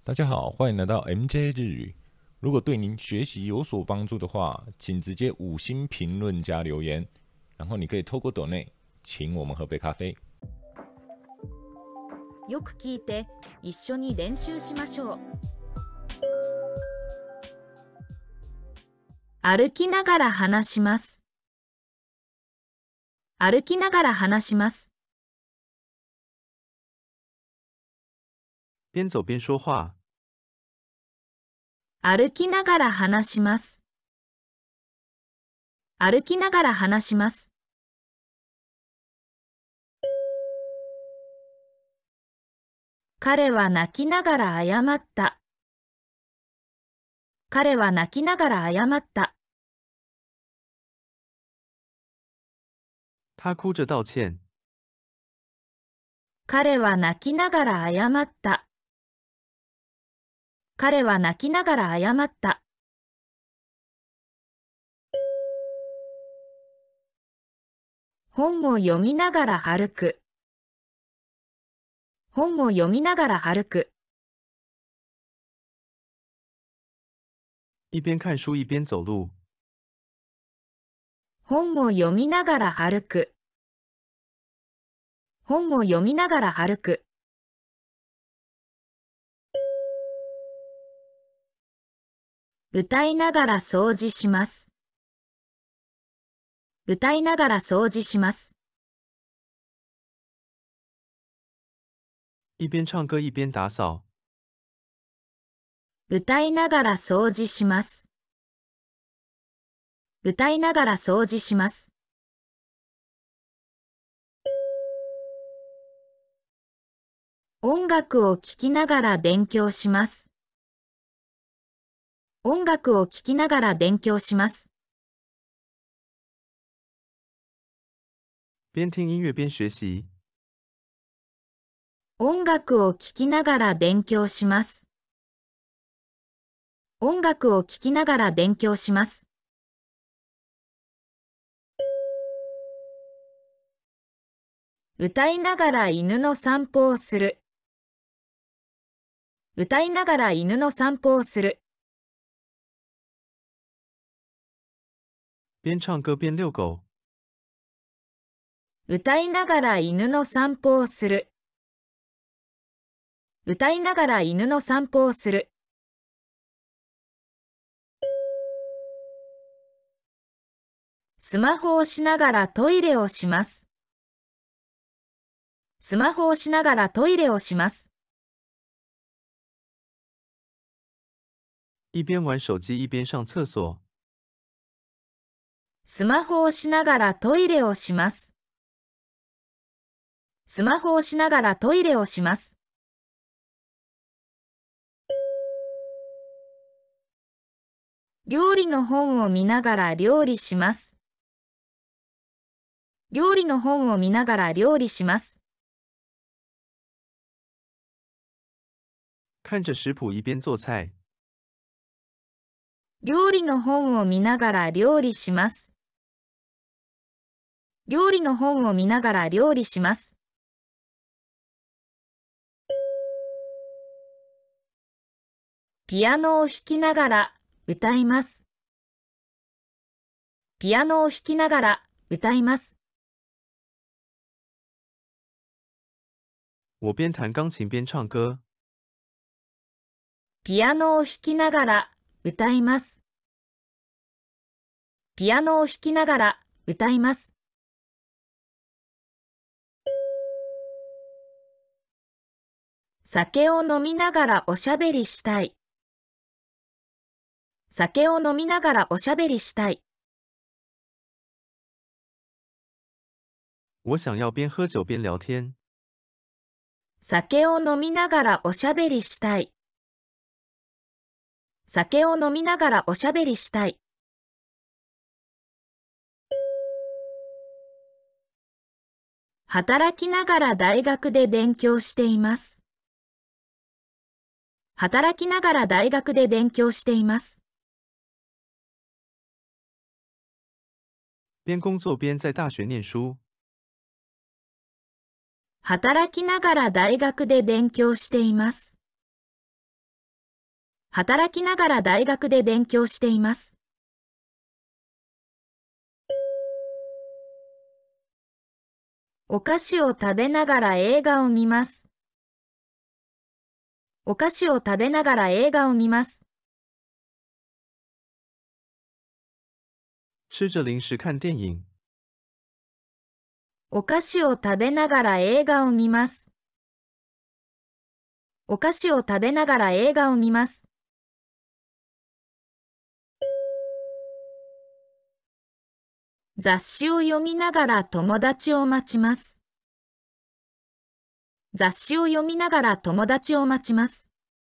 大家好，欢迎来到 MJ 日语。如果对您学习有所帮助的话，请直接5星评论加留言，然后你可以透过抖内请我们喝杯咖啡。 よく聞いて、一緒に練習しましょう。歩きながら話します。歩きながら話します。 边走边说话。 歩きながら話します。歩きながら話します。彼は泣きながら謝った。彼は泣きながら謝った。 他哭着道歉。 彼は泣きながら謝った。彼は泣きながら謝った。本を読みながら歩く。本を読みながら歩く。 一边看书一边走路。 本を読みながら歩く。本を読みながら歩く。歌いながら掃除します。歌いながら掃除します。 一边唱歌一边打扫。 歌いながら掃除します。歌いながら掃除します。音楽を聴きながら勉強します。音楽を聴きながら勉強します。 边听音乐边学习。 音楽を聴きながら勉強します。音楽を聴きながら勉強します。歌いながら犬の散歩をする。歌いながら犬の散歩をする。 边唱歌边遛狗。 歌いながら犬の散歩をする。歌いながら犬の散歩をする。スマホをしながらトイレをします。スマホをしながらトイレをします。 一边玩手机一边上厕所。 スマホをしながらトイレをします。スマホをしながらトイレをします。料理の本を見ながら料理します。料理の本を見ながら料理します。 看着食谱一边做菜。 料理の本を見ながら料理します。料理の本を見ながら料理します。ピアノを弾きながら歌います。ピアノを弾きながら歌います。 我边弹钢琴边唱歌。 ピアノを弾きながら歌います。ピアノを弾きながら歌います。酒を飲みながらおしゃべりしたい。酒を飲みながらおしゃべりしたい。 我想要边喝酒边聊天。 酒を飲みながらおしゃべりしたい。酒を飲みながらおしゃべりしたい。働きながら大学で勉強しています。働きながら大学で勉強しています。 边工作边在大学念书。 働きながら大学で勉強しています。 働きながら大学で勉強しています。お菓子を食べながら映画を見ます。お菓子を食べながら映画を見ます。 吃着零食看电影。 お菓子を食べながら映画を見ます。お菓子を食べながら映画を見ます。雑誌を読みながら友達を待ちます。雑誌を読みながら友達を待ちます。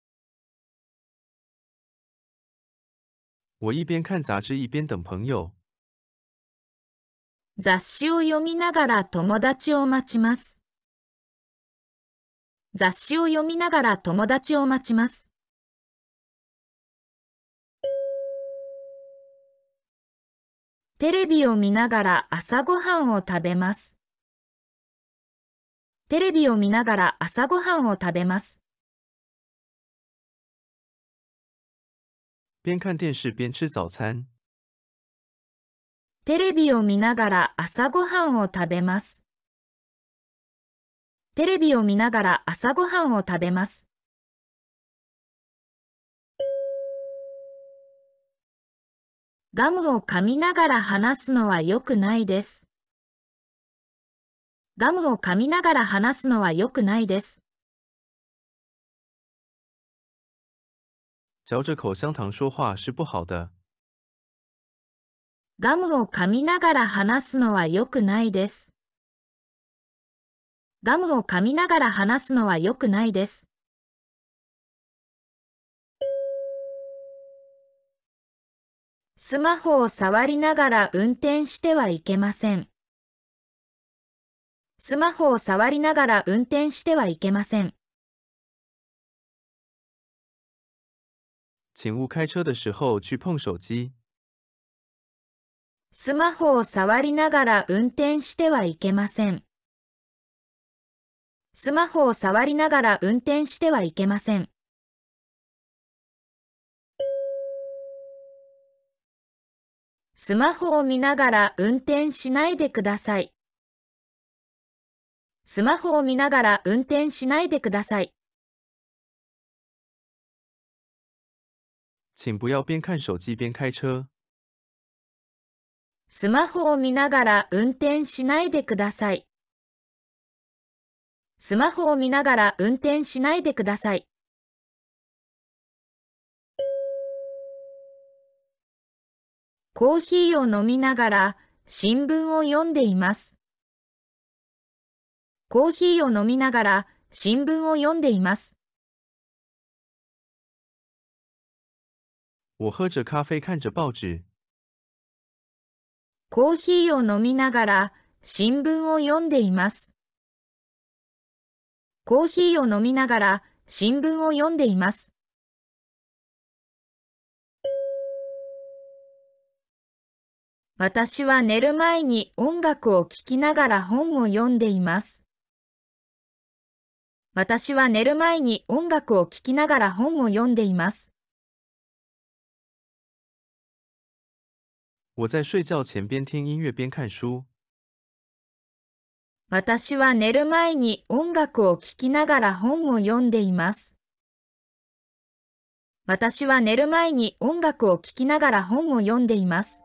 我一边看杂志一边等朋友。 雑誌を読みながら友達を待ちます。雑誌を読みながら友達を待ちます。テレビを見ながら朝ごはんを食べます。テレビを見ながら朝ごはんを食べます。 边看电视边吃早餐。 テレビを見ながら朝ごはんを食べます。テレビを見ながら朝ごはんを食べます。ガムを噛みながら話すのは良くないです。ガムを噛みながら話すのは良くないです。 嚼着口香糖说话是不好的。 ガムを噛みながら話すのは良くないです。ガムを噛みながら話すのは良くないです。スマホを触りながら運転してはいけません。スマホを触りながら運転してはいけません。 请勿开车的时候去碰手机。 スマホを触りながら運転してはいけません。スマホを触りながら運転してはいけません。スマホを見ながら運転しないでください。スマホを見ながら運転しないでください。 请不要边看手机边开车。 スマホを見ながら運転しないでください。スマホを見ながら運転しないでください。コーヒーを飲みながら新聞を読んでいます。コーヒーを飲みながら新聞を読んでいます。 我喝着咖啡看着报纸。 コーヒーを飲みながら新聞を読んでいます。コーヒーを飲みながら新聞を読んでいます。私は寝る前に音楽を聴きながら本を読んでいます。私は寝る前に音楽を聴きながら本を読んでいます。 我在睡觉前边听音乐边看书。 私は寝る前に音楽を聴きながら本を読んでいます。私は寝る前に音楽を聴きながら本を読んでいます。